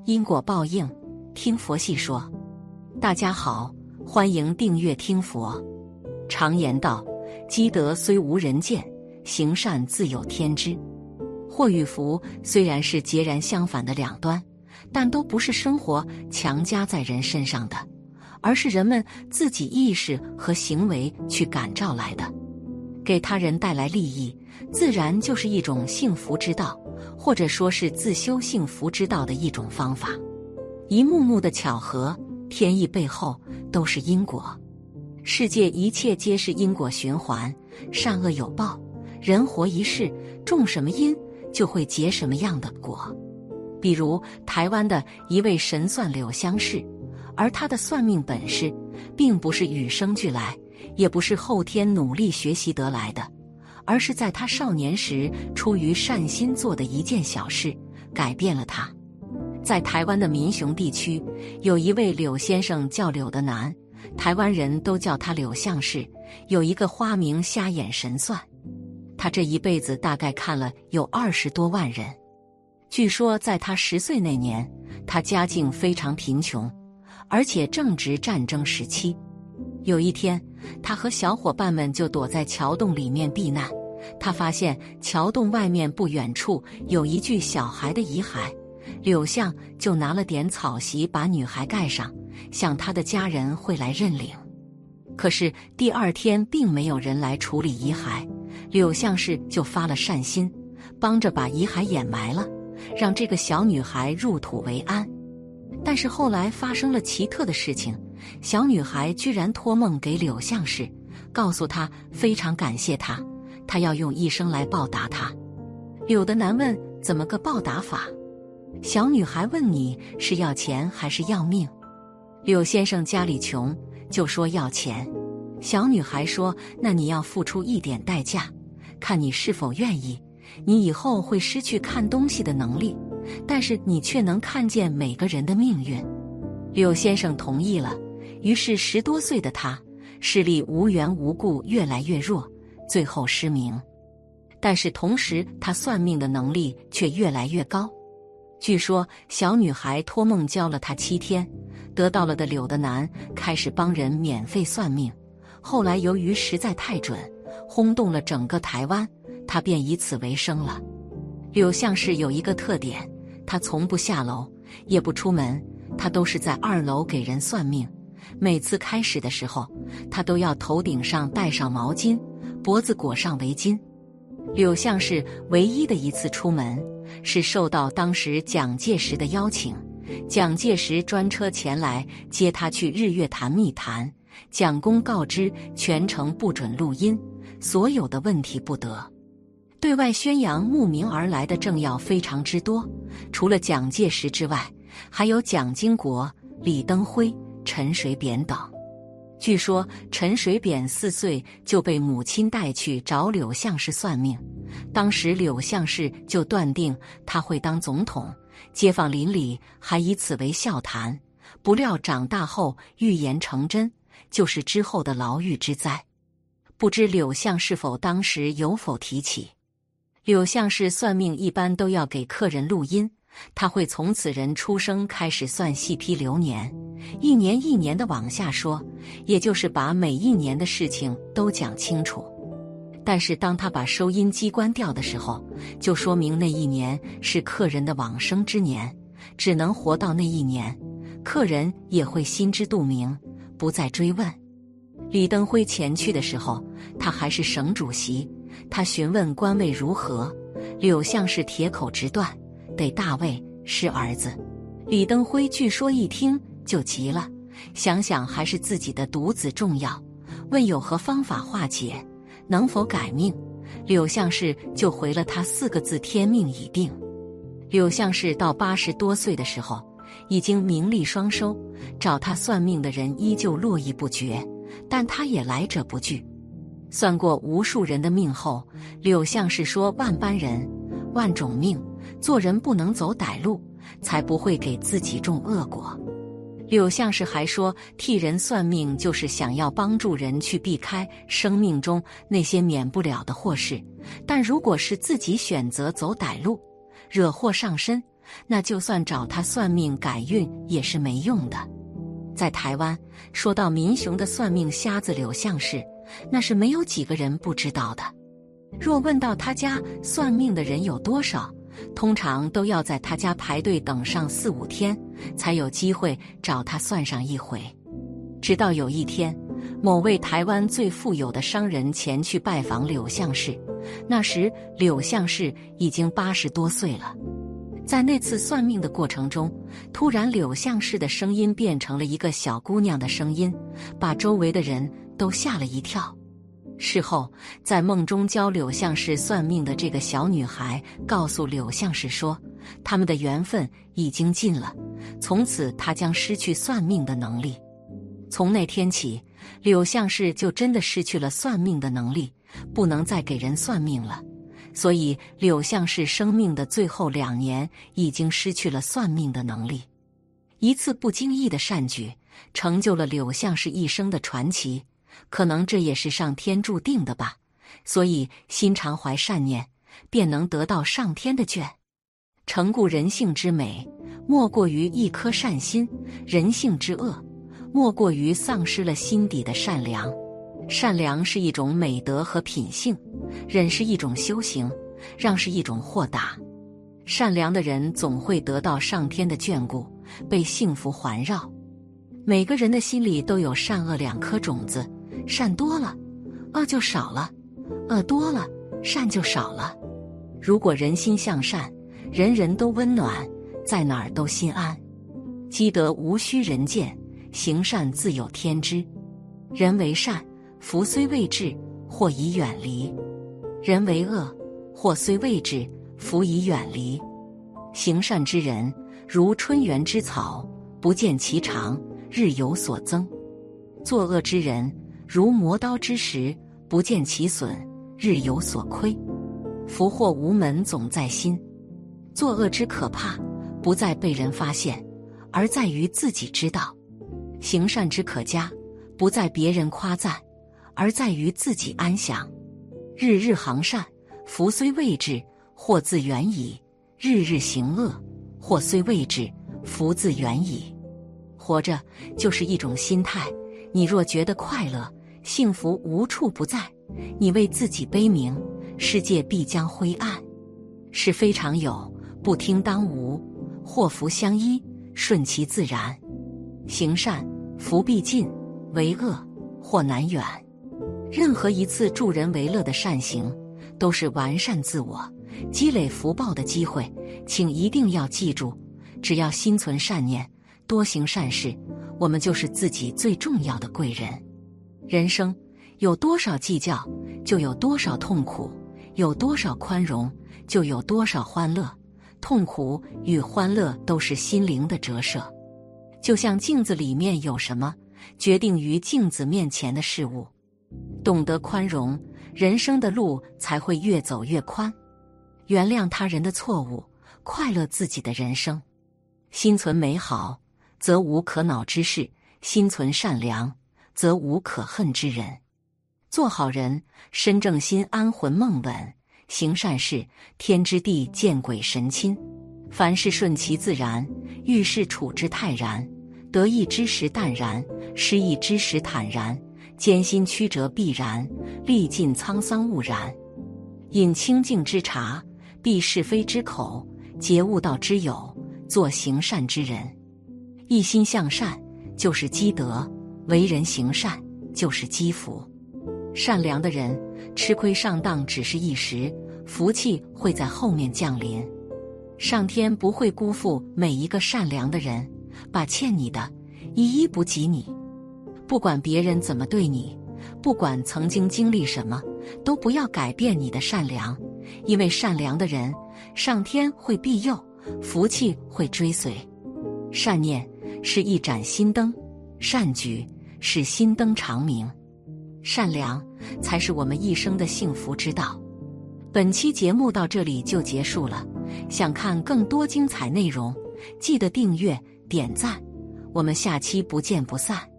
因果报应，听佛细说。大家好，欢迎订阅听佛。常言道，积德虽无人见，行善自有天知。祸与福虽然是截然相反的两端，但都不是生活强加在人身上的，而是人们自己意识和行为去感召来的。给他人带来利益，自然就是一种幸福之道，或者说是自修幸福之道的一种方法。一幕幕的巧合，天意背后都是因果。世界一切皆是因果循环，善恶有报，人活一世，种什么因，就会结什么样的果。比如台湾的一位神算柳香氏，而他的算命本事并不是与生俱来，也不是后天努力学习得来的，而是在他少年时出于善心做的一件小事，改变了他。在台湾的民雄地区，有一位柳先生叫柳的南，台湾人都叫他柳相氏，有一个花名瞎眼神算。他这一辈子大概看了有20多万人。据说在他10岁那年，他家境非常贫穷，而且正值战争时期。有一天，他和小伙伴们就躲在桥洞里面避难。他发现桥洞外面不远处有一具小孩的遗骸，柳相就拿了点草席把女孩盖上，想他的家人会来认领。可是第2天并没有人来处理遗骸，柳相氏就发了善心，帮着把遗骸掩埋了，让这个小女孩入土为安。但是后来发生了奇特的事情，小女孩居然托梦给柳相氏，告诉他非常感谢他，他要用一生来报答他。柳的南问，怎么个报答法？小女孩问，你是要钱还是要命？柳先生家里穷，就说要钱。小女孩说，那你要付出一点代价，看你是否愿意。你以后会失去看东西的能力，但是你却能看见每个人的命运。柳先生同意了，于是10多岁的他视力无缘无故越来越弱，最后失明。但是同时他算命的能力却越来越高。据说小女孩托梦教了他7天，得到了的柳的南开始帮人免费算命。后来由于实在太准，轰动了整个台湾，他便以此为生了。柳相氏有一个特点，他从不下楼，也不出门，他都是在2楼给人算命。每次开始的时候，他都要头顶上戴上毛巾，脖子裹上围巾。柳相氏唯一的一次出门，是受到当时蒋介石的邀请，蒋介石专车前来接他去日月潭密谈，蒋公告知全程不准录音，所有的问题不得对外宣扬。慕名而来的政要非常之多，除了蒋介石之外，还有蒋经国、李登辉、陈水扁等。据说陈水扁4岁就被母亲带去找柳相氏算命，当时柳相氏就断定他会当总统，街坊邻里还以此为笑谈。不料长大后预言成真，就是之后的牢狱之灾。不知柳相是否当时有否提起？柳相氏算命一般都要给客人录音，他会从此人出生开始算细批流年，一年一年的往下说，也就是把每一年的事情都讲清楚。但是当他把收音机关掉的时候，就说明那一年是客人的往生之年，只能活到那一年，客人也会心知肚明，不再追问。李登辉前去的时候，他还是省主席，他询问官位如何，柳相氏铁口直断，得大位，是儿子。李登辉据说一听就急了，想想还是自己的独子重要，问有何方法化解，能否改命。柳相氏就回了他4个字，天命已定。柳相氏到80多岁的时候，已经名利双收，找他算命的人依旧络绎不绝，但他也来者不拒。算过无数人的命后，柳相氏说，万般人，万种命，做人不能走歹路，才不会给自己种恶果。柳相氏还说，替人算命就是想要帮助人去避开生命中那些免不了的祸事，但如果是自己选择走歹路，惹祸上身， 那就算找他算命改运也是没用的。在台湾，说到民雄的算命瞎子柳相士，那是没有几个人不知道的。若问到他家算命的人有多少，通常都要在他家排队等上4、5天，才有机会找他算上一回。直到有一天，某位台湾最富有的商人前去拜访柳相士，那时柳相士已经80多岁了。在那次算命的过程中，突然柳相士的声音变成了一个小姑娘的声音，把周围的人都吓了一跳。事后，在梦中教柳相士算命的这个小女孩告诉柳相士说，他们的缘分已经尽了，从此他将失去算命的能力。从那天起，柳相士就真的失去了算命的能力，不能再给人算命了。所以柳相士生命的最后2年已经失去了算命的能力。一次不经意的善举，成就了柳相士一生的传奇，可能这也是上天注定的吧。所以心常怀善念，便能得到上天的眷。诚故人性之美，莫过于一颗善心；人性之恶，莫过于丧失了心底的善良。善良是一种美德和品性，忍是一种修行，让是一种豁达。善良的人总会得到上天的眷顾，被幸福环绕。每个人的心里都有善恶2颗种子，善多了，恶就少了；恶多了，善就少了。如果人心向善，人人都温暖，在哪儿都心安。积德无需人见，行善自有天知。人为善，福虽未至，祸已远离；人为恶，祸虽未至，福已远离。行善之人，如春园之草，不见其长，日有所增；作恶之人，如磨刀之石，不见其损，日有所亏。福祸无门，总在心。作恶之可怕，不在被人发现，而在于自己知道；行善之可嘉，不在别人夸赞，而在于自己安详。日日行善，福虽未至，祸自远矣；日日行恶，祸虽未至，福自远矣。活着就是一种心态，你若觉得快乐，幸福无处不在；你为自己悲鸣，世界必将灰暗。是非常有，不听当无；祸福相依，顺其自然。行善，福必尽；为恶，祸难远。任何一次助人为乐的善行，都是完善自我、积累福报的机会。请一定要记住，只要心存善念，多行善事，我们就是自己最重要的贵人。人生有多少计较，就有多少痛苦；有多少宽容，就有多少欢乐。痛苦与欢乐都是心灵的折射。就像镜子里面有什么，决定于镜子面前的事物。懂得宽容，人生的路才会越走越宽。原谅他人的错误，快乐自己的人生。心存美好，则无可恼之事；心存善良，则无可恨之人。做好人，身正心安魂梦稳；行善事，天知地见鬼神亲。凡事顺其自然，遇事处之泰然。得意之时淡然，失意之时坦然。艰辛曲折必然，历尽沧桑勿然。饮清净之茶，避是非之口，结悟道之友，做行善之人。一心向善，就是积德；为人行善，就是积福。善良的人，吃亏上当只是一时，福气会在后面降临。上天不会辜负每一个善良的人，把欠你的一一补给你。不管别人怎么对你，不管曾经经历什么，都不要改变你的善良。因为善良的人，上天会庇佑，福气会追随。善念是一盏心灯，善举使心灯长明。善良才是我们一生的幸福之道。本期节目到这里就结束了，想看更多精彩内容，记得订阅、点赞，我们下期不见不散。